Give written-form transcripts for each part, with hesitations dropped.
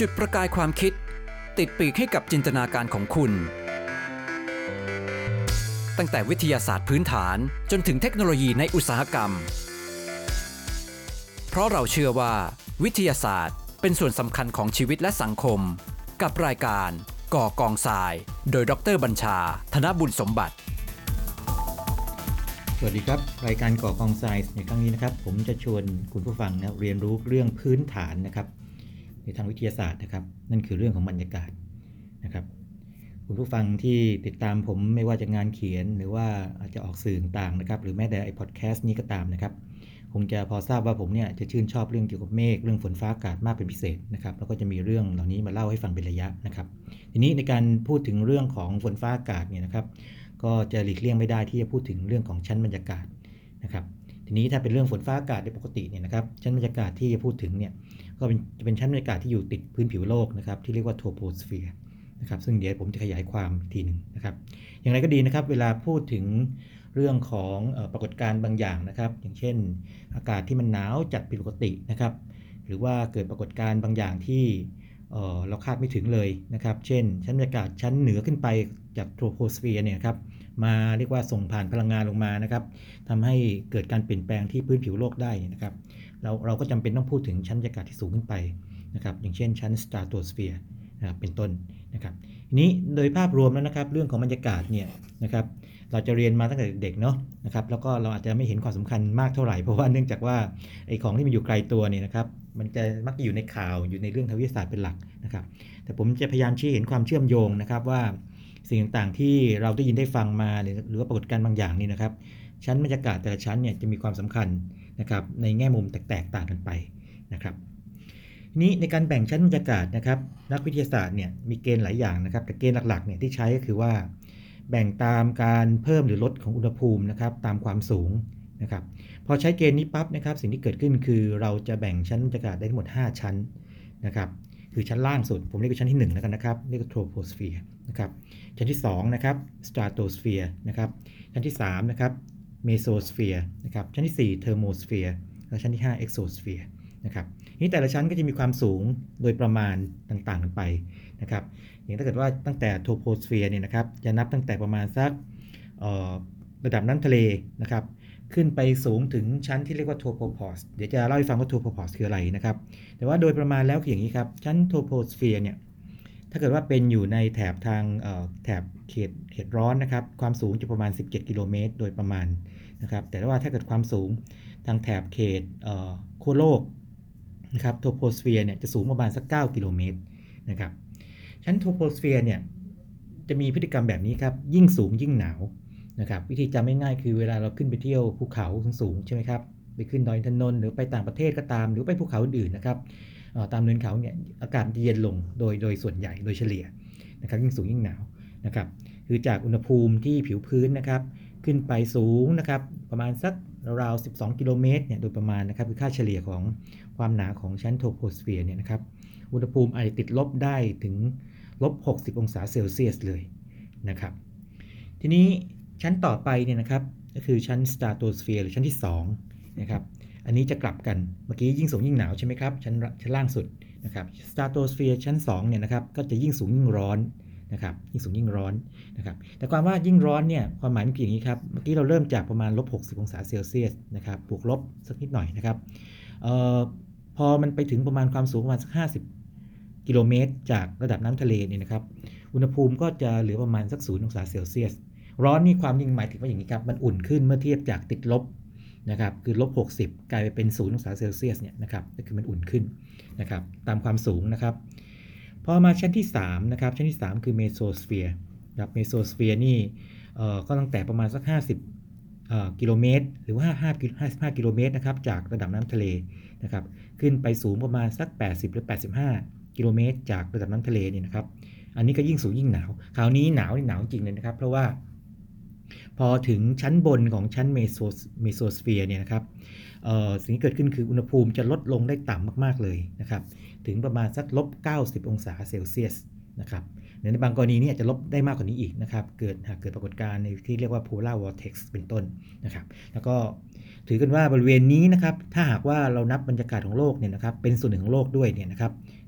จุดประกายความคิดติดปีกให้กับจินตนาการของคุณตั้งแต่วิทยาศาสตร์พื้นฐานจนถึงเทคโนโลยีในอุตสาหกรรมเพราะเราเชื่อว่าวิทยาศาสตร์เป็นส่วนสำคัญของชีวิตและสังคมกับรายการก่อกองทรายโดยดร.บัญชา ธนบุญสมบัติสวัสดีครับรายการก่อกองทรายในครั้งนี้นะครับผมจะชวนคุณผู้ฟังนะเรียนรู้เรื่องพื้นฐานนะครับในทางวิทยาศาสตร์นะครับนั่นคือเรื่องของบรรยากาศนะครับคุณผู้ฟังที่ติดตามผมไม่ว่าจะงานเขียนหรือว่าอาจจะออกสื่อต่างๆนะครับหรือแม้แต่ไอ้พอดแคสต์นี้ก็ตามนะครับคงจะพอทราบว่าผมเนี่ยจะชื่นชอบเรื่องเกี่ยวกับเมฆเรื่องฝนฟ้าอากาศมากเป็นพิเศษนะครับแล้วก็จะมีเรื่องเหล่านี้มาเล่าให้ฟังเป็นระยะนะครับทีนี้ในการพูดถึงเรื่องของฝนฟ้าอากาศเนี่ยนะครับก็จะหลีกเลี่ยงไม่ได้ที่จะพูดถึงเรื่องของชั้นบรรยากาศนะครับทีนี้ถ้าเป็นเรื่องฝนฟ้าอากาศในปกติเนี่ยนะครับชั้นบรรยากาศที่จะพูดถึงเนี่ยก็จะเป็นชั้นบรรยากาศที่อยู่ติดพื้นผิวโลกนะครับที่เรียกว่าโทโปสเฟียร์นะครับซึ่งเดี๋ยวผมจะขยายความอีกทีหนึ่งนะครับอย่างไรก็ดีนะครับเวลาพูดถึงเรื่องของปรากฏการณ์บางอย่างนะครับอย่างเช่นอากาศที่มันหนาวจัดผิดปกตินะครับหรือว่าเกิดปรากฏการณ์บางอย่างที่เราคาดไม่ถึงเลยนะครับเช่นชั้นบรรยากาศชั้นเหนือขึ้นไปจากโทโปสเฟียร์เนี่ยครับมาเรียกว่าส่งผ่านพลังงานลงมานะครับทำให้เกิดการเปลี่ยนแปลงที่พื้นผิวโลกได้นะครับเราก็จำเป็นต้องพูดถึงชั้นบรรยากาศที่สูงขึ้นไปนะครับอย่างเช่นชั้นสตราโตสเฟียร์นะครับเป็นต้นนะครับทีนี้โดยภาพรวมแล้วนะครับเรื่องของบรรยากาศเนี่ยนะครับเราจะเรียนมาตั้งแต่เด็กๆเนาะนะครับแล้วก็เราอาจจะไม่เห็นความสำคัญมากเท่าไหร่เพราะว่าเนื่องจากว่าไอ้ของที่มันอยู่ไกลตัวเนี่ยนะครับมันจะมักอยู่ในข่าวอยู่ในเรื่องทางวิทยาศาสตร์เป็นหลักนะครับแต่ผมจะพยายามชี้เห็นความเชื่อมโยงนะครับว่าสิ่งต่างๆที่เราได้ยินได้ฟังมาหรือว่าปรากฏการณ์บางอย่างนี่นะครับชั้นบรรยากาศแต่ละชั้นเนี่ยจะมีความสำคัญนะครับในแง่มุมแตกต่างกันไปนะครับนี้ในการแบ่งชั้นบรรยากาศนะครับนักวิทยาศาสตร์เนี่ยมีเกณฑ์หลายอย่างนะครับแต่เกณฑ์หลักๆเนี่ยที่ใช้ก็คือว่าแบ่งตามการเพิ่มหรือลดของอุณหภูมินะครับตามความสูงนะครับพอใช้เกณฑ์นี้ปั๊บนะครับสิ่งที่เกิดขึ้นคือเราจะแบ่งชั้นบรรยากาศได้ทั้งหมด5ชั้นนะครับคือชั้นล่างสุดผมเรียกว่าชั้นที่1แล้วกันนะครับเรียกว่าโทรโปสเฟียร์นะครับชั้นที่2นะครับสตราโตสเฟียร์นะครับชั้นที่3นะครับเมโซสเฟียร์นะครับชั้นที่4เทอร์โมสเฟียร์และชั้นที่5เอ็กโซสเฟียร์นะครับนี่แต่ละชั้นก็จะมีความสูงโดยประมาณต่างๆกันไปนะครับอย่างถ้าเกิดว่าตั้งแต่โทโปสเฟียร์เนี่ยนะครับจะนับตั้งแต่ประมาณสักระดับน้ำทะเลนะครับขึ้นไปสูงถึงชั้นที่เรียกว่าโทโปพอสเดี๋ยวจะเล่าให้ฟังว่าโทโปพอสคืออะไรนะครับแต่ว่าโดยประมาณแล้วคืออย่างนี้ครับชั้นโทโปสเฟียร์เนี่ยถ้าเกิดว่าเป็นอยู่ในแถบทางแถบเขตร้อนนะครับความสูงจะประมาณ17กิโลเมตรโดยประมาณนะครับแต่ว่าถ้าเกิดความสูงทางแถบเขตขั้วโลกนะครับโทโปสเฟียร์เนี่ยจะสูงประมาณสัก9กิโลเมตรนะครับชั้นโทโปสเฟียร์เนี่ยจะมีพฤติกรรมแบบนี้ครับยิ่งสูงยิ่งหนาวนะครับวิธีจำง่ายๆคือเวลาเราขึ้นไปเที่ยวภูเขาสูงๆใช่ไหมครับไปขึ้นดอยอินทนนท์หรือไปต่างประเทศก็ตามหรือไปภูเขาอื่นๆนะครับตามเนินเขาเนี่ยอากาศจะเย็นลงโดยส่วนใหญ่โดยเฉลี่ยนะครับยิ่งสูงยิ่งหนาวนะครับคือจากอุณหภูมิที่ผิวพื้นนะครับขึ้นไปสูงนะครับประมาณสักราวๆ12กิโลเมตรเนี่ยโดยประมาณนะครับคือค่าเฉลี่ยของความหนาของชั้นโทโปสเฟียร์เนี่ยนะครับอุณหภูมิอาจจะติดลบได้ถึง-60 องศาเซลเซียสเลยนะครับทีนี้ชั้นต่อไปเนี่ยนะครับก็คือชั้นสตราโตสเฟียร์หรือชั้นที่2นะครับอันนี้จะกลับกันเมื่อกี้ยิ่งสูงยิ่งหนาวใช่ไหมครับชั้นล่างสุดนะครับสตราโตสเฟียร์ชั้น2เนี่ยนะครับก็จะยิ่งสูงยิ่งร้อนนะครับยิ่งสูงยิ่งร้อนนะครับแต่ความว่ายิ่งร้อนเนี่ยความหมายมันคืออย่างนี้ครับเมื่อกี้เราเริ่มจากประมาณ-60 องศาเซลเซียสนะครับบวกลบสักนิดหน่อยนะครับพอมันไปถึงประมาณความสูงประมาณสัก50กิโลเมตรจากระดับน้ำทะเลเนี่ยนะครับอุณหภูมิก็จะเหลือประมาณสัก0องศาเซลเซียสร้อนนี่ความจริงหมายถึงว่าอย่างนี้ครับมันอุ่นขึ้นเมื่อเทียบจากติดลบนะครับคือ-60กลายไปเป็น0องศาเซลเซียสเนี่ยนะครับก็คือมันอุ่นขึ้นนะครับตามความสูงนะครับพอมาชั้นที่3นะครับชั้นที่3คือเมโซสเฟียร์ครับเมโซสเฟียร์นี่ก็ตั้งแต่ประมาณสัก50กิโลเมตรหรือว่า55กิโลเมตรนะครับจากระดับน้ำทะเลนะครับขึ้นไปสูงประมาณสัก80หรือ85กิโลเมตรจากระดับน้ำทะเลนี่นะครับอันนี้ก็ยิ่งสูงยิ่งหนาวคราวนี้หนาวจริงเลยนะครับเพราะว่าพอถึงชั้นบนของชั้นเมโซสเฟียร์เนี่ยนะครับสิ่งที่เกิดขึ้นคืออุณหภูมิจะลดลงได้ต่ำมากๆเลยนะครับถึงประมาณสัก-90 องศาเซลเซียสนะครับในบางกรณีนี่อาจจะลบได้มากกว่านี้อีกนะครับหากเกิดปรากฏการณ์ในที่เรียกว่า polar vortex เป็นต้นนะครับแล้วก็ถื ถือกันว่าบริเวณนี้นะครับถ้าหากว่าเรานับบรรยากาศของโลกเนี่ยนะครับเป็นส่วนหนึ่งของโลกด้วยเนี่ยนะครับ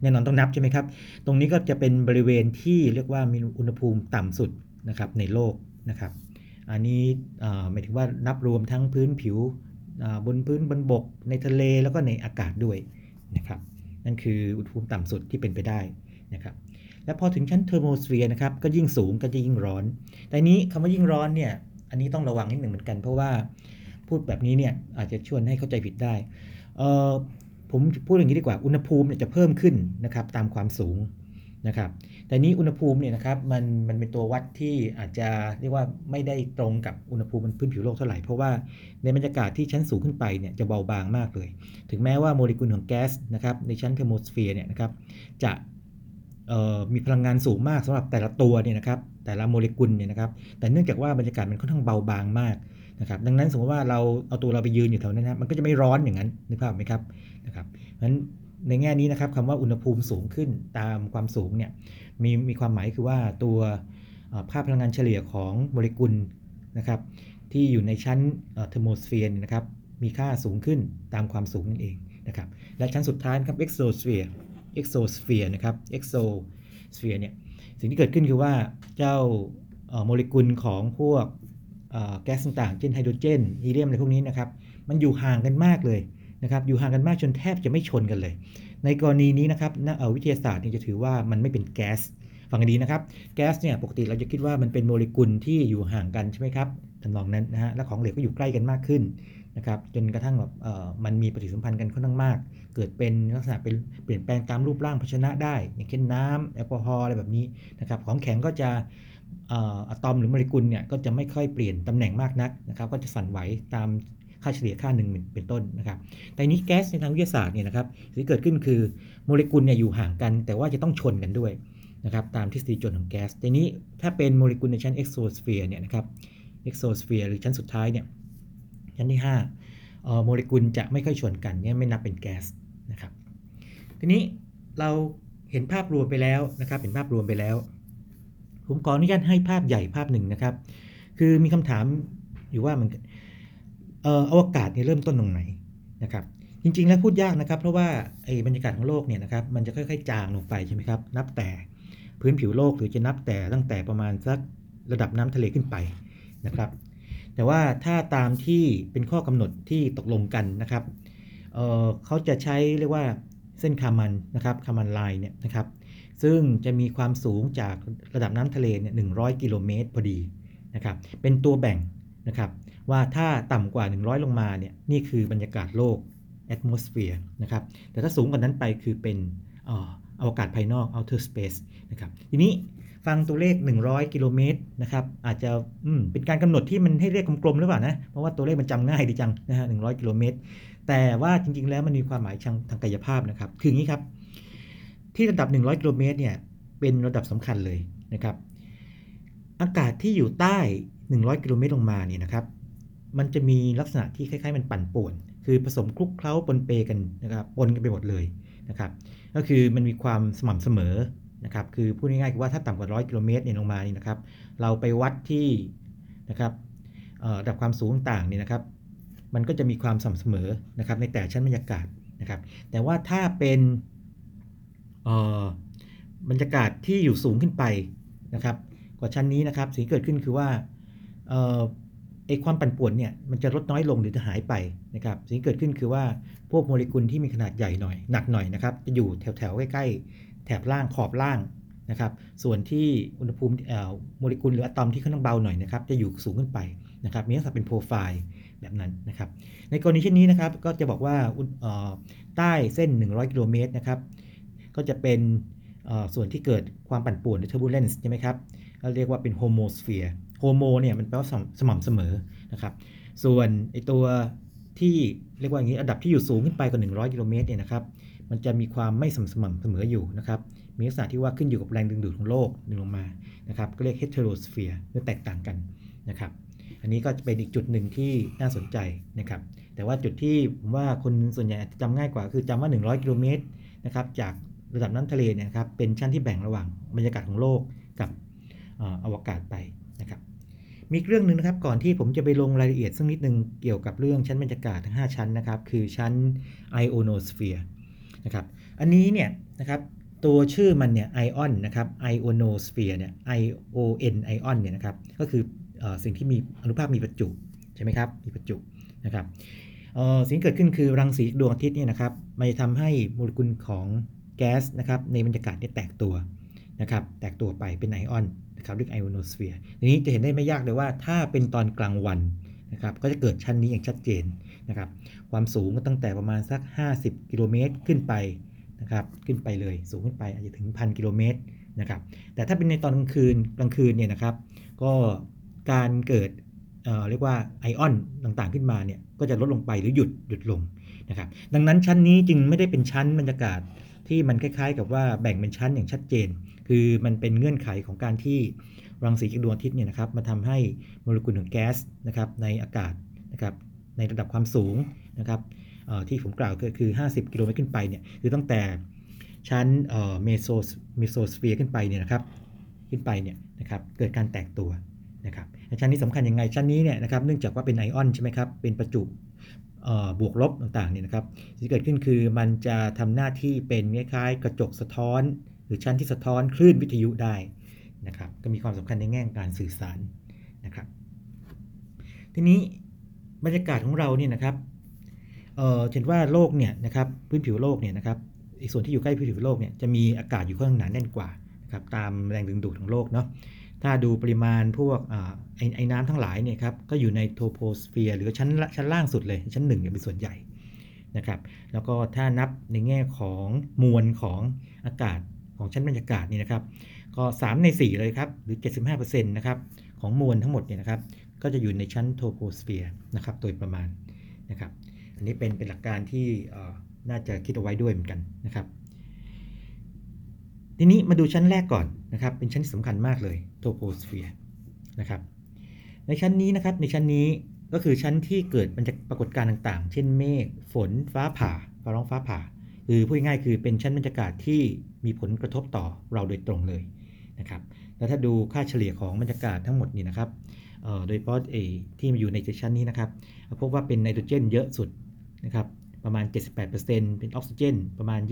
แน่นอนต้องนับใช่ไหมครับตรงนี้ก็จะเป็นบริเวณที่เรียกว่ามีอุณหภูมิต่ำสุดนะครับในโลกนะครับอันนี้หมายถึงว่านับรวมทั้งพื้นผิวบนบกในทะเลแล้วก็ในอากาศด้วยนะครับนั่นคืออุณหภูมิต่ำสุดที่เป็นไปได้นะครับและพอถึงชั้นเทอร์โมสเฟียร์นะครับก็ยิ่งสูงก็จะยิ่งร้อนแต่นี้คำว่ายิ่งร้อนเนี่ยอันนี้ต้องระวังนิดหนึ่งเหมือนกันเพราะว่าพูดแบบนี้เนี่ยอาจจะชวนให้เข้าใจผิดได้ผมพูดอย่างนี้ดีกว่าอุณหภูมิเนี่ยจะเพิ่มขึ้นนะครับตามความสูงนะครับแต่นี้อุณหภูมิเนี่ยนะครับมันเป็นตัววัดที่อาจจะเรียกว่าไม่ได้ตรงกับอุณหภูมิบนพื้นผิวโลกเท่าไหร่เพราะว่าในบรรยากาศที่ชั้นสูงขึ้นไปเนี่ยจะเบาบางมากเลยถึงแม้ว่าโมเลกุลของแก๊สนะครับในชั้นเทอร์โมสเฟียร์เนี่ยนะครับจะมีพลังงานสูงมากสำหรับแต่ละตัวเนี่ยนะครับแต่ละโมเลกุลเนี่ยนะครับแต่เนื่องจากว่าบรรยากาศมันค่อนข้างเบาบางมากนะครับดังนั้นสมมติว่าเราเอาตัวเราไปยืนอยู่แถวนั้นนะมันก็จะไม่ร้อนอย่างนั้นนึกภาพไหมครับนะครับเพราะฉะนั้นในแง่นี้นะครับคำว่าอุณหภูมิสูงขึ้นตามความสูงเนี่ยมีความหมายคือว่าตัวค่าพลังงานเฉลี่ยของโมเลกุลนะครับที่อยู่ในชั้นเทอร์โมสเฟียร์นะครับมีค่าสูงขึ้นตามความสูงนั่นเองนะครับและชั้นสุดท้ายครับเอ็กโซสเฟียร์นะครับเอ็กโซสเฟียร์เนี่ยสิ่งที่เกิดขึ้นคือว่าเจ้าโมเลกุลของพวกแก๊สต่างๆเช่นไฮโดรเจนฮีเลียมอะไรพวกนี้นะครับมันอยู่ห่างกันมากเลยนะครับอยู่ห่างกันมากจนแทบจะไม่ชนกันเลยในกรณีนี้นะครับวิทยาศาสตร์จะถือว่ามันไม่เป็นแก๊สฟังดีนะครับแก๊สเนี่ยปกติเราจะคิดว่ามันเป็นโมเลกุลที่อยู่ห่างกันใช่ไหมครับทำนองนั้นนะฮะและของเหลวก็อยู่ใกล้กันมากขึ้นนะครับจนกระทั่งแบบมันมีปฏิสัมพันธ์กันค่อนข้างมากเกิดเป็นลักษณะเป็นเปลี่ยนแปลงตามรูปร่างภาชนะได้อย่างเช่นน้ำแอลกอฮอล์อะไรแบบนี้นะครับของแข็งก็จะอะตอมหรือโมเลกุลเนี่ยก็จะไม่ค่อยเปลี่ยนตำแหน่งมากนักนะครับก็จะสั่นไหวตามค่าเฉลี่ยค่าหนึ่งเป็นต้นนะครับแต่นี้แก๊สในทางวิทยาศาสตร์เนี่ยนะครับสิ่งที่เกิดขึ้นคือโมเลกุลเนี่ยอยู่ห่างกันแต่ว่าจะต้องชนกันด้วยนะครับตามทฤษฎีโจทย์ของแก๊สแต่นี้ถ้าเป็นโมเลกุลในชั้นเอ็กโซสเฟียร์เนี่ยนะครับเอ็กโซสเฟียร์หรือชั้นสุดท้ายเนี่ยชั้นที่5โมเลกุลจะไม่ค่อยชนกันเนี่ยไม่นับเป็นแก๊สนะครับทีนี้เราเห็นภาพรวมไปแล้วนะครับเห็นภาพรวมไปแล้วผมขออนุญาตให้ภาพใหญ่ภาพหนึ่งนะครับคือมีคำถามอยู่ว่ามันอวกาศเนี่ยเริ่มต้นตรงไหนนะครับจริงๆแล้วพูดยากนะครับเพราะว่าบรรยากาศของโลกเนี่ยนะครับมันจะค่อยๆจางลงไปใช่ไหมครับนับแต่พื้นผิวโลกหรือจะนับแต่ตั้งแต่ประมาณสักระดับน้ำทะเลขึ้นไปนะครับแต่ว่าถ้าตามที่เป็นข้อกำหนดที่ตกลงกันนะครับเขาจะใช้เรียกว่าเส้นคามันนะครับคามันไลน์เนี่ยนะครับซึ่งจะมีความสูงจากระดับน้ำทะเลเนี่ย100 กิโลเมตรพอดีนะครับเป็นตัวแบ่งนะครับว่าถ้าต่ำกว่า100ลงมาเนี่ยนี่คือบรรยากาศโลก atmosphere นะครับแต่ถ้าสูงกว่านั้นไปคือเป็นอวกาศภายนอก outer space นะครับทีนี้ฟังตัวเลข100 กิโลเมตรนะครับอาจจะเป็นการกำหนดที่มันให้เรียกกลมๆหรือเปล่านะเพราะว่าตัวเลขมันจำง่ายดีจังนะฮะ100 กิโลเมตรแต่ว่าจริงๆแล้วมันมีความหมายทางกายภาพนะครับคืออย่างนี้ครับที่ระดับ100 กิโลเมตรเนี่ยเป็นระดับสำคัญเลยนะครับอากาศที่อยู่ใต้100 กิโลเมตรลงมาเนี่ยนะครับมันจะมีลักษณะที่คล้ายๆมันปั่นป่วนคือผสมคลุกเคล้าปนเปกันนะครับปนกันไปหมดเลยนะครับก็คือมันมีความสม่ำเสมอนะครับคือพูดง่ายๆคือว่าถ้าต่ำกว่า100 กิโลเมตรเนี่ยลงมานี่นะครับเราไปวัดที่นะครับระดับความสูงต่างๆเนี่ยนะครับมันก็จะมีความสม่ำเสมอนะครับในแต่ชั้นบรรยากาศนะครับแต่ว่าถ้าเป็นบรรยากาศที่อยู่สูงขึ้นไปนะครับกว่าชั้นนี้นะครับสิ่งที่เกิดขึ้นคือว่าความปั่นป่วนเนี่ยมันจะลดน้อยลงหรือจะหายไปนะครับสิ่งที่เกิดขึ้นคือว่าพวกโมเลกุลที่มีขนาดใหญ่หน่อยหนักหน่อยนะครับจะอยู่แถวๆใกล้ๆแถบล่างขอบล่างนะครับส่วนที่อุณหภูมิโมเลกุลหรืออะตอมที่ค่อนข้างเบาหน่อยนะครับจะอยู่สูงขึ้นไปนะครับมีลักษณะเป็นโปรไฟล์แบบนั้นนะครับในกรณีเช่นนี้นะครับก็จะบอกว่าใต้เส้น100 กิโลเมตรนะครับก็จะเป็นส่วนที่เกิดความปั่นป่วนหรือ turbulence ใช่ไหมครับเราเรียกว่าเป็นโฮโมสเฟียร์โฮโมเนี่ยมันแปลว่าสม่ำเสมอนะครับส่วนตัวที่เรียกว่าอย่างนี้ระดับที่อยู่สูงขึ้นไปกว่า100 กิโลเมตรเนี่ยนะครับมันจะมีความไม่สม่ำเสมออยู่นะครับมีลักษณะที่ว่าขึ้นอยู่กับแรงดึงดูดของโลกดึงลงมานะครับก็เรียกเฮเทโรสเฟียร์คือแตกต่างกันนะครับอันนี้ก็จะเป็นอีกจุดหนึ่งที่น่าสนใจนะครับแต่ว่าจุดที่ผมว่าคนส่วนใหญ่จำง่ายกว่าคือจำว่า100 กิโลเมตรนะครับจากระดับน้ำทะเลเนี่ยครับเป็นชั้นที่แบ่งระหว่างบรรยากาศของโลกกับอวกาศไปนะครับมีเรื่องนึงนะครับก่อนที่ผมจะไปลงรายละเอียดสักนิดนึงเกี่ยวกับเรื่องชั้นบรรยากาศทั้ง5ชั้นนะครับคือชั้นไอโอโนสเฟียร์นะครับอันนี้เนี่ยนะครับตัวชื่อมันเนี่ยไอออนนะครับไอโอโนสเฟียร์เนี่ย ION ไอออนเนี่ยนะครับก็คือสิ่งที่มีอนุภาคมีประจุใช่ไหมครับมีประจุนะครับสิ่งเกิดขึ้นคือรังสีดวงอาทิตย์เนี่ยนะครับมันจะทำให้โมเลกุลของแก๊สนะครับในบรรยากาศเนี่ยแตกตัวนะครับแตกตัวไปเป็นไอออนนะครับเรียกไอโอโนสเฟียร์ทีนี้จะเห็นได้ไม่ยากเลยว่าถ้าเป็นตอนกลางวันนะครับก็จะเกิดชั้นนี้อย่างชัดเจนนะครับความสูงก็ตั้งแต่ประมาณสัก50กิโลเมตรขึ้นไปนะครับขึ้นไปเลยสูงขึ้นไปอาจจะถึง 1,000 กิโลเมตรนะครับแต่ถ้าเป็นในตอนกลางคืนเนี่ยนะครับก็การเกิดเรียกว่าไอออนต่างๆขึ้นมาเนี่ยก็จะลดลงไปหรือหยุดลงนะครับดังนั้นชั้นนี้จึงไม่ได้เป็นชั้นบรรยากาศที่มันคล้ายๆกับว่าแบ่งเป็นชั้นอย่างชัดเจนคือมันเป็นเงื่อนไขของการที่รังสีจากดวงอาทิตย์เนี่ยนะครับมาทำให้โมเลกุลของแก๊สนะครับในอากาศนะครับในระดับความสูงนะครับที่ผมกล่าวก็คือ50กิโลเมตรขึ้นไปเนี่ยคือตั้งแต่ชั้นเมโซสเฟียร์ขึ้นไปเนี่ยนะครับเกิดการแตกตัวนะครับชั้นนี้สำคัญยังไงชั้นนี้เนี่ยนะครับเนื่องจากว่าเป็นไอออนใช่ไหมครับเป็นประจุบวกลบต่างๆเนี่ยนะครับสิ่งที่เกิดขึ้นคือมันจะทำหน้าที่เป็นคล้ายๆกระจกสะท้อนหรือชั้นที่สะท้อนคลื่นวิทยุได้นะครับก็มีความสำคัญในแง่การสื่อสารนะครับทีนี้บรรยากาศของเราเนี่ยนะครับเห็นว่าโลกเนี่ยนะครับพื้นผิวโลกเนี่ยนะครับอีกส่วนที่อยู่ใกล้พื้นผิวโลกเนี่ยจะมีอากาศอยู่ค่อนข้างหนาแน่นกว่านะครับตามแรงดึงดูดของโลกเนาะถ้าดูปริมาณพวกไอ้น้ำทั้งหลายเนี่ยครับก็อยู่ในโทโพสเฟียร์หรือชั้นล่างสุดเลยชั้น1เนี่ยเป็นส่วนใหญ่นะครับแล้วก็ถ้านับในแง่ของมวลของอากาศของชั้นบรรยากาศนี่นะครับก็3ใน4เลยครับหรือ 75% นะครับของมวลทั้งหมดเนี่ยนะครับก็จะอยู่ในชั้นโทโพสเฟียร์นะครับโดยประมาณนะครับอันนี้เป็นหลักการที่น่าจะคิดเอาไว้ด้วยเหมือนกันนะครับทีนี้มาดูชั้นแรกก่อนนะครับเป็นชั้นที่สำคัญมากเลยโทโพสเฟียร์นะครับในชั้นนี้นะครับในชั้นนี้ก็คือชั้นที่เกิดปรากฏการณ์ต่างๆเช่นเมฆฝนฟ้าผ่าฟ้าร้องฟ้าผ่าคือพูดง่ายๆคือเป็นชั้นบรรยากาศที่มีผลกระทบต่อเราโดยตรงเลยนะครับแล้วถ้าดูค่าเฉลี่ยของบรรยากาศทั้งหมดนี่นะครับโดยเฉพาะที่อยู่ในชั้นนี้นะครับพบว่าเป็นไนโตรเจนเยอะสุดนะครับประมาณ 78% เป็นออกซิเจนประมาณ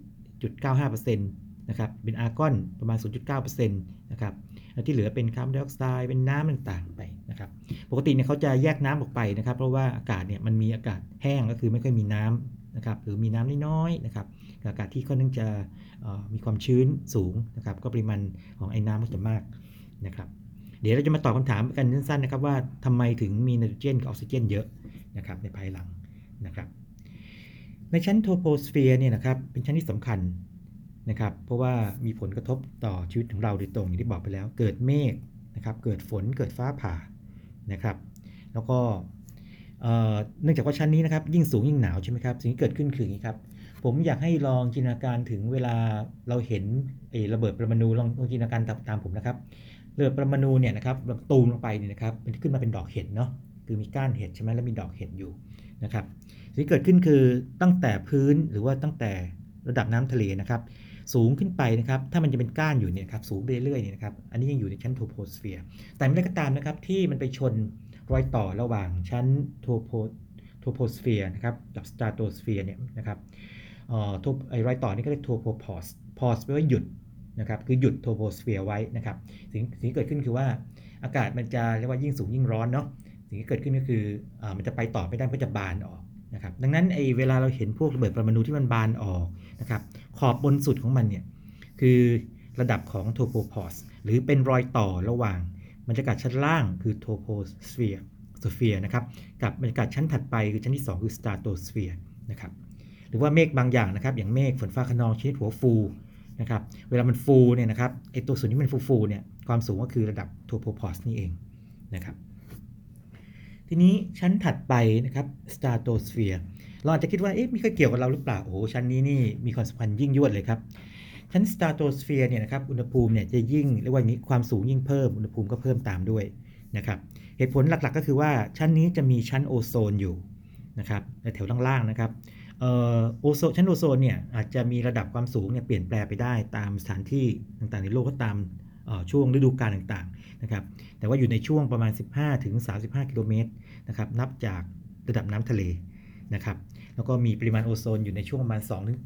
20.95% นะครับเป็นอาร์กอนประมาณ 0.9% นะครับแล้วที่เหลือเป็นคาร์บอนไดออกไซด์เป็นน้ำต่างๆไปนะครับปกติเนี่ยเขาจะแยกน้ำออกไปนะครับเพราะว่าอากาศเนี่ยมันมีอากาศแห้งก็คือไม่ค่อยมีน้ำนะครับหรือมีน้ำน้อยๆนะครับอากาศที่ค่อนข้างจะมีความชื้นสูงนะครับก็ปริมาณของไอ้น้ำก็จะมากนะครับเดี๋ยวเราจะมาตอบคำถามกันสั้นๆนะครับว่าทำไมถึงมีไนโตรเจนกับออกซิเจนเยอะนะครับในภายหลังนะครับในชั้นโทโพสเฟียร์เนี่ยนะครับเป็นชั้นที่สำคัญนะครับเพราะว่ามีผลกระทบต่อชีวิตของเราโดยตรงอย่างที่บอกไปแล้วเกิดเมฆนะครับเกิดฝนเกิดฟ้าผ่านะครับแล้วก็เนื่องจากว่าชั้นนี้นะครับยิ่งสูงยิ่งหนาวใช่ไหมครับสิ่งที่เกิดขึ้นคืออย่างนี้ครับผมอยากให้ลองจินตนาการถึงเวลาเราเห็นระเบิดปรมาณูลองจินตนาการตามผมนะครับระเบิดปรมาณูเนี่ยนะครับตูมลงไปเนี่ยนะครับมันขึ้นมาเป็นดอกเห็ดเนาะคือมีก้านเห็ดใช่ไหมแล้วมีดอกเห็ดอยู่นะครับสิ่งที่เกิดขึ้นคือตั้งแต่พื้นหรือว่าตั้งแต่ระดับน้ำทะเลนะครับสูงขึ้นไปนะครับถ้ามันจะเป็นก้านอยู่เนี่ยครับสูงไปเรื่อยๆเนี่ยนะครับอันนี้ยังอยู่ในชั้นโทโพสเฟียร์แต่ไม่ได้ก็ตามนะครับที่มันไปชนรอยต่อระหว่างชั้นโทโพสเฟียร์นะครับกับสตราโตสเฟียร์เนี่ยนะครับรอยต่อนี้ก็เรียกโทโพพอสแปลว่าหยุดนะครับคือหยุดโทโพสเฟียร์ไว้นะครับสิ่งที่เกิดขึ้นคือว่าอากาศมันจะเรียกว่ายิ่งสูงยิ่งร้อนเนาะสิ่งที่เกิดขึ้นก็คือมันจะไปต่อไม่ได้ก็จะบานออกนะครับดังนั้นเวลาเราเห็นพวกระเบิดปรมาณูที่มันบานออกนะครับขอบบนสุดของมันเนี่ยคือระดับของโทโพพอสหรือเป็นรอยต่อระหว่างบรรยากาศชั้นล่างคือโทโพสเฟียร์นะครับกับบรรยากาศชั้นถัดไปคือชั้นที่2คือสตราโตสเฟียร์นะครับหรือว่าเมฆบางอย่างนะครับอย่างเมฆฝนฟ้าคะนองชนิดหัวฟูนะครับเวลามันฟูเนี่ยนะครับไอตัวส่วนที่มันฟูเนี่ยความสูงก็คือระดับโทโพพอสนี่เองนะครับทีนี้ชั้นถัดไปนะครับสตราโตสเฟียร์เราอาจจะคิดว่าไม่เคยเกี่ยวกับเราหรือเปล่าโอ้โหชั้นนี้นี่มีความสัมพันธ์ยิ่งยวดเลยครับชั้นสตราโตสเฟียร์เนี่ยนะครับอุณหภูมิเนี่ยจะยิ่งเรียกว่าอย่างนี้ความสูงยิ่งเพิ่มอุณหภูมิก็เพิ่มตามด้วยนะครับเหตุผลหลักๆก็คือว่าชั้นนี้จะมีชั้นโอโซนอยู่นะครับในแถวล่างๆนะครับชั้นโอโซนเนี่ยอาจจะมีระดับความสูงเนี่ยเปลี่ยนแปลงไปได้ตามสถานที่ต่างๆในโลกก็ตามช่วงฤดูกาลต่างๆนะครับแต่ว่าอยู่ในช่วงประมาณ 15-35 กิโลเมตรนะครับนับจากระดับน้ำทะเลนะครับแล้วก็มีปริมาณโอโซนอยู่ในช่วงประมาณ 2-8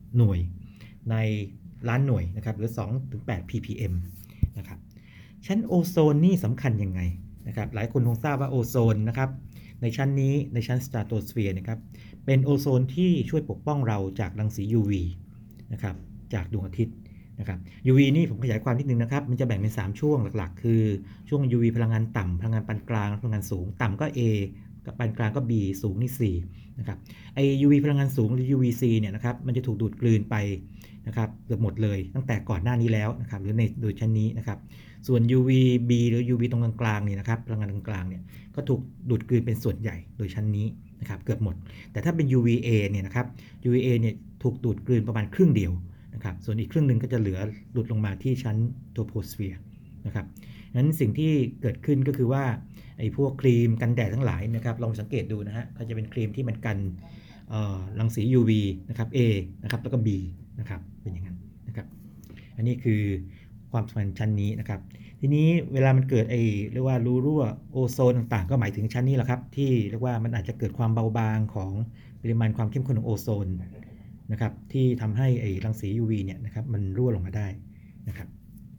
หน่วยในล้านหน่วยนะครับหรือ2-8 ppm นะครับชั้นโอโซนนี่สำคัญยังไงนะครับหลายคนคงทราบว่าโอโซนนะครับในชั้นนี้ในชั้นสตราโตสเฟียร์นะครับเป็นโอโซนที่ช่วยปกป้องเราจากรังสี UV นะครับจากดวงอาทิตย์นะครับ UV นี่ผมขยายความนิดนึงนะครับมันจะแบ่งเป็น3ช่วงหลักๆคือช่วง UV พลังงานต่ำพลังงานปานกลางพลังงานสูงต่ำก็ A กับปานกลางก็ B สูงนี่ C นะครับไอ UV พลังงานสูงหรือ UVC เนี่ยนะครับมันจะถูกดูดกลืนไปนะครับเกือบหมดเลยตั้งแต่ก่อนหน้านี้แล้วนะครับหรือในโดยชั้นนี้นะครับส่วน UVB หรือ UV ตรงกลางๆเนี่ยนะครับพลังงานกลางๆเนี่ยก็ถูกดูดกลืนเป็นส่วนใหญ่โดยชั้นนี้นะครับเกือบหมดแต่ถ้าเป็น UVA เนี่ยนะครับ UVA เนี่ยถูกดูดกลืนประมาณครึ่งเดียวนะครับส่วนอีกครึ่งหนึ่งก็จะเหลือหลุดลงมาที่ชั้นโทโพสเฟียร์นะครับนั้นสิ่งที่เกิดขึ้นก็คือว่าไอ้พวกครีมกันแดดทั้งหลายนะครับลองสังเกตดูนะฮะก็จะเป็นครีมที่มันกันรังสี UV นะครับ A นะครับแล้วก็ B นะครับเป็นอย่างนั้นนะครับอันนี้คือความสัมพันธ์ชั้นนี้นะครับทีนี้เวลามันเกิดเรียกว่ารูรั่วโอโซนต่างๆก็หมายถึงชั้นนี้แหละครับที่เรียกว่ามันอาจจะเกิดความเบาบางของปริมาณความเข้มข้นของโอโซนนะครับที่ทำให้รังสี UV เนี่ยนะครับมันรั่วลงมาได้นะครับ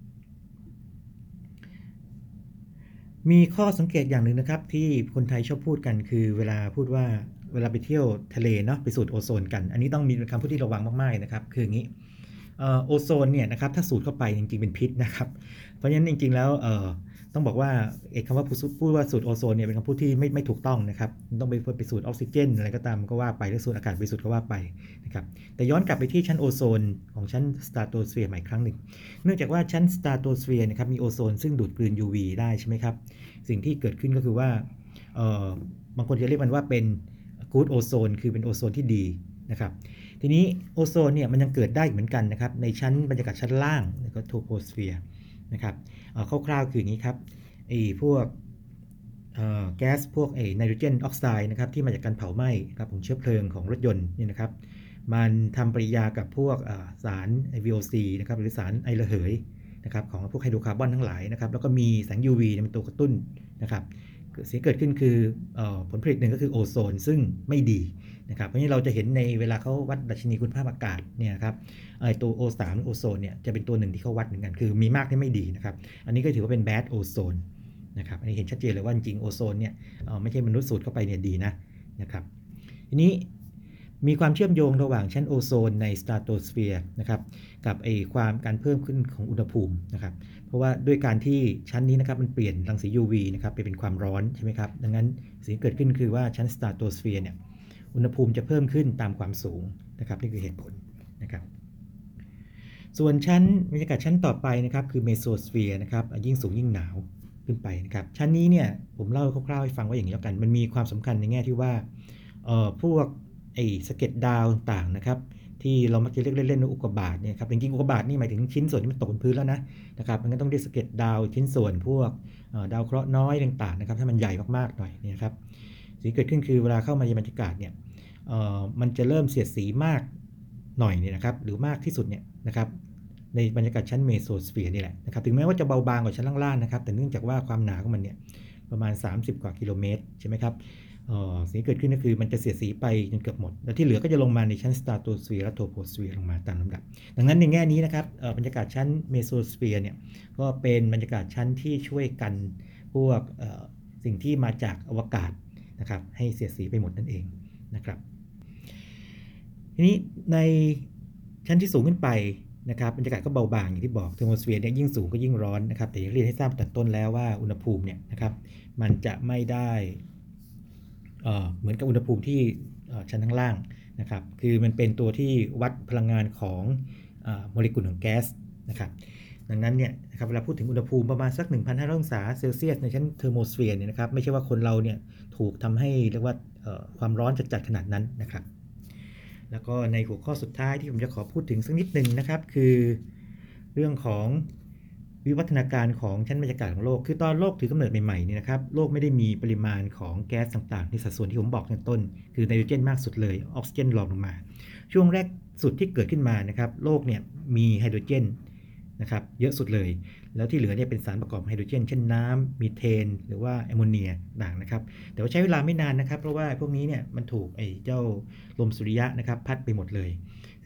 มีข้อสังเกตอย่างหนึ่งนะครับที่คนไทยชอบพูดกันคือเวลาพูดว่าเวลาไปเที่ยวทะเลเนาะไปสูดโอโซนกันอันนี้ต้องมีคำพูดที่ระวังมากๆนะครับคืออย่างนี้โอโซนเนี่ยนะครับถ้าสูดเข้าไปจริงๆเป็นพิษนะครับเพราะฉะนั้นจริงๆแล้วต้องบอกว่าคำว่าพูดว่าสูดโอโซนเนี่ยเป็นคำพูดที่ไม่ถูกต้องนะครับต้องไปสูดออกซิเจนอะไรก็ตามก็ว่าไปหรือสูดอากาศบริสุทธิ์ก็ว่าไปนะครับแต่ย้อนกลับไปที่ชั้นโอโซนของชั้นสตราโตสเฟียร์ใหม่ครั้งหนึ่งเนื่องจากว่าชั้นสตราโตสเฟียร์นะครับมีโอโซนซึ่งดูดกลืน UV ได้ใช่ไหมครับสิ่งที่เกิดขึ้นก็คือว่าบางคนจะเรียกมันว่าเป็น good ozone คือเป็นโอโซนที่ดีนะครับทีนี้โอโซนเนี่ยมันยังเกิดได้เหมือนกันนะครับในชั้นบรรยากาศชั้นล่างก็โทโพสเฟียร์นะครับคร่าวๆคืออย่างนี้ครับพวกแก๊สพวกไนโตรเจนออกไซด์นะครับที่มาจากการเผาไหม้ครับของเชื้อเพลิงของรถยนต์นี่นะครับมันทำปฏิกิริยากับพวกสาร VOC นะครับหรือสารไอระเหยนะครับของพวกไฮโดรคาร์บอนทั้งหลายนะครับแล้วก็มีแสง UV เป็นตัวกระตุ้นนะครับสิ่งเกิดขึ้นคือผลผลิตหนึ่งก็คือโอโซนซึ่งไม่ดีนะครับเพราะฉะนั้นเราจะเห็นในเวลาเขาวัดดัชนีคุณภาพอากาศเนี่ยครับตัว O3 โอโซนเนี่ยจะเป็นตัวหนึ่งที่เขาวัดเหมือนกันคือมีมากที่ไม่ดีนะครับอันนี้ก็ถือว่าเป็น bad ozone นะครับอันนี้เห็นชัดเจนเลยว่าจริงๆโอโซนเนี่ยไม่ใช่มนุษย์สูดเข้าไปเนี่ยดีนะครับทีนี้มีความเชื่อมโยงระหว่างชั้นโอโซนในสตราโตสเฟียร์นะครับกับการเพิ่มขึ้นของอุณหภูมินะครับเพราะว่าด้วยการที่ชั้นนี้นะครับมันเปลี่ยนรังสี UV นะครับไปเป็นความร้อนใช่ไหมครับดังนั้นสิ่งที่เกิดขึ้นคือว่าชั้นสตราโตสเฟียร์เนี่ยอุณหภูมิจะเพิ่มขึ้นตามความสูงนะครับนี่คือเหตุผลนะครับส่วนชั้นบรรยากาศชั้นต่อไปนะครับคือเมโซสเฟียร์นะครับยิ่งสูงยิ่งหนาวขึ้นไปนะครับชั้นนี้เนี่ยผมเล่าคร่าวๆให้ฟังว่าอย่างนี้แล้วกันมันมีความสำคัญในแง่ที่ว่าพวกสะเก็ดดาวต่างๆนะครับที่เรามักจะเรียกเล่นๆว่าอุกกาบาตเนี่ยครับจริงๆอุกกาบาตนี่หมายถึงชิ้นส่วนที่มันตกบนพื้นแล้วนะครับมันก็ต้องเรียกสะเก็ดดาวชิ้นส่วนพวกดาวเคราะห์น้อยต่างๆนะครับถ้ามันใหญ่มากๆหน่อยเนี่ยครับสิ่งเกิดขึ้นคือเวลาเข้ามาในบรรยากาศเนี่ยมันจะเริ่มเสียดสีมากหน่อยเนี่ยนะครับหรือมากที่สุดเนี่ยนะครับในบรรยากาศชั้นเมโซสเฟียร์นี่แหละนะครับถึงแม้ว่าจะเบาบางกว่าชั้นล่างๆนะครับแต่เนื่องจากว่าความหนาของมันเนี่ยประมาณ30 กว่ากิโลเมตรใช่ไหมครับสิ่งที่เกิดขึ้นก็คือมันจะเสียดสีไปจนเกือบหมดแล้วที่เหลือก็จะลงมาในชั้นสตราโตสเฟียร์และโทโพสเฟียร์ลงมาตามลำดับดังนั้นในแง่นี้นะครับบรรยากาศชั้นเมโซสเฟียร์เนี่ยก็เป็นบรรยากาศชั้นที่ช่วยกันพวกสิ่งที่มาจากอวกาศนะครับให้เสียดสีไปหมดนั่นเองนะครับทีนี้ในชั้นที่สูงขึ้นไปนะครับบรรยากาศก็เบาบางอย่างที่บอกเทอร์โมสเฟียร์เนี่ยยิ่งสูงก็ยิ่งร้อนนะครับแต่อย่างเรียนให้ทราบตั้งแต่ต้นแล้วว่าอุณหภูมิเนี่ยนะครับมันจะไม่ได้เหมือนกับอุณหภูมิที่ชั้นข้างล่างนะครับคือมันเป็นตัวที่วัดพลังงานของโมเลกุลของแก๊สนะครับดังนั้นเนี่ยนะครับเวลาพูดถึงอุณหภูมิประมาณสัก 1,500 องศาเซลเซียสในชั้นเทอร์โมสเฟียร์เนี่ยนะครับไม่ใช่ว่าคนเราเนี่ยถูกทำให้เรียกว่าความร้อนจัดขนาดนั้นนะครับแล้วก็ในหัวข้อสุดท้ายที่ผมจะขอพูดถึงสักนิดหนึ่งนะครับคือเรื่องของวิวัฒนาการของชั้นบรรยากาศของโลกคือตอนโลกถือกำเนิดใหม่ๆเนี่ยนะครับโลกไม่ได้มีปริมาณของแก๊สต่างๆในสัดส่วนที่ผมบอกในต้นคือไนโตรเจนมากสุดเลยออกซิเจนรองลงมาช่วงแรกสุดที่เกิดขึ้นมานะครับโลกเนี่ยมีไฮโดรเจนนะครับเยอะสุดเลยแล้วที่เหลือเนี่ยเป็นสารประกอบไฮโดรเจนเช่นน้ำมีเทนหรือว่าแอมโมเนียต่างนะครับแต่ว่าใช้เวลาไม่นานนะครับเพราะว่าพวกนี้เนี่ยมันถูกเจ้าลมสุริยะนะครับพัดไปหมดเลย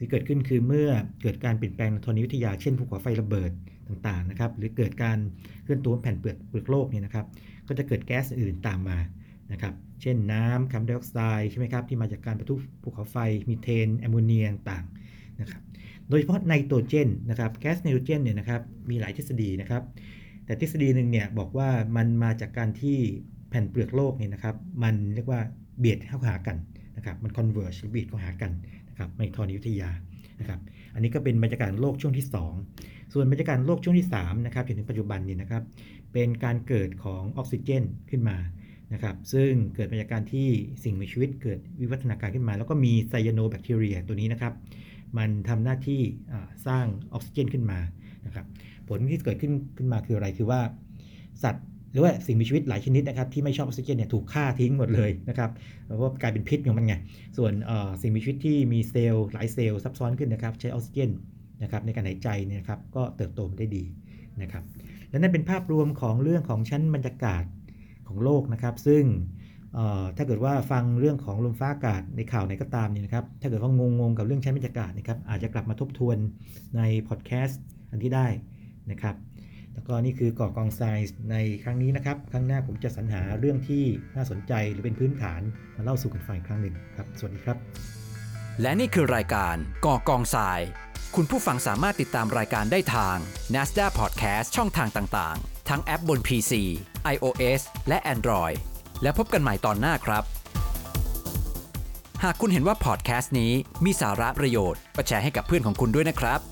ที่เกิดขึ้นคือเมื่อเกิดการเปลี่ยนแปลงทางธรณีวิทยาเช่นภูเขาไฟระเบิดต่างๆนะครับหรือเกิดการเคลื่อนตัวของแผ่นเปลือกโลกเนี่ยนะครับก็จะเกิดแก๊สอื่นตามมานะครับเช่นน้ำคาร์บอนไดออกไซด์ใช่ไหมครับที่มาจากการประทุภูเขาไฟมีเทนแอมโมเนียต่างๆนะครับโดยเฉพาะไนโตรเจนนะครับแก๊สไนโตรเจนเนี่ยนะครับมีหลายทฤษฎีนะครับแต่ทฤษฎีหนึ่งเนี่ยบอกว่ามันมาจากการที่แผ่นเปลือกโลกเนี่ยนะครับมันเรียกว่าเบียดเข้าหากันนะครับมัน converge หรือเบียดเข้าหากันนะครับในธรณีวิทยานะครับอันนี้ก็เป็นบรรยากาศโลกช่วงที่2ส่วนบรรยากาศโลกช่วงที่3นะครับจนถึงปัจจุบันนี้นะครับเป็นการเกิดของออกซิเจนขึ้นมานะครับซึ่งเกิดมาจากการที่สิ่งมีชีวิตเกิดวิวัฒนาการขึ้นมาแล้วก็มีไซยาโนแบคทีเรียตัวนี้นะครับมันทำหน้าที่สร้างออกซิเจนขึ้นมานะครับผลที่เกิดขึ้นมาคืออะไรคือว่าสัตว์หรือว่าสิ่งมีชีวิตหลายชนิดนะครับที่ไม่ชอบออกซิเจนเนี่ยถูกฆ่าทิ้งหมดเลยนะครับเพราะว่ากลายเป็นพิษของมันไงส่วนสิ่งมีชีวิตที่มีเซลล์หลายเซลล์ซับซ้อนขึ้นนะครับใช้ออกซิเจนนะครับในการหายใจเนี่ยนะครับก็เติบโตได้ดีนะครับและนั่นเป็นภาพรวมของเรื่องของชั้นบรรยากาศของโลกนะครับซึ่งถ้าเกิดว่าฟังเรื่องของลมฟ้าอากาศในข่าวไหนก็ตามเนี่ยนะครับถ้าเกิดว่างงกับเรื่องชั้นบรรยากาศนะครับอาจจะกลับมาทบทวนในพอดแคสต์อันที่ได้นะครับแล้วก็นี่คือก่อกองทรายในครั้งนี้นะครับครั้งหน้าผมจะสรรหาเรื่องที่น่าสนใจหรือเป็นพื้นฐานมาเล่าสู่กันฟังอีกครั้งหนึ่งครับสวัสดีครับและนี่คือรายการก่อกองทรายคุณผู้ฟังสามารถติดตามรายการได้ทาง NASDAQ Podcast ช่องทางต่างๆทั้งแอปบน PC, iOS และ Android แล้วพบกันใหม่ตอนหน้าครับหากคุณเห็นว่าพอดแคสต์นี้มีสาระประโยชน์ก็แชร์ให้กับเพื่อนของคุณด้วยนะครับ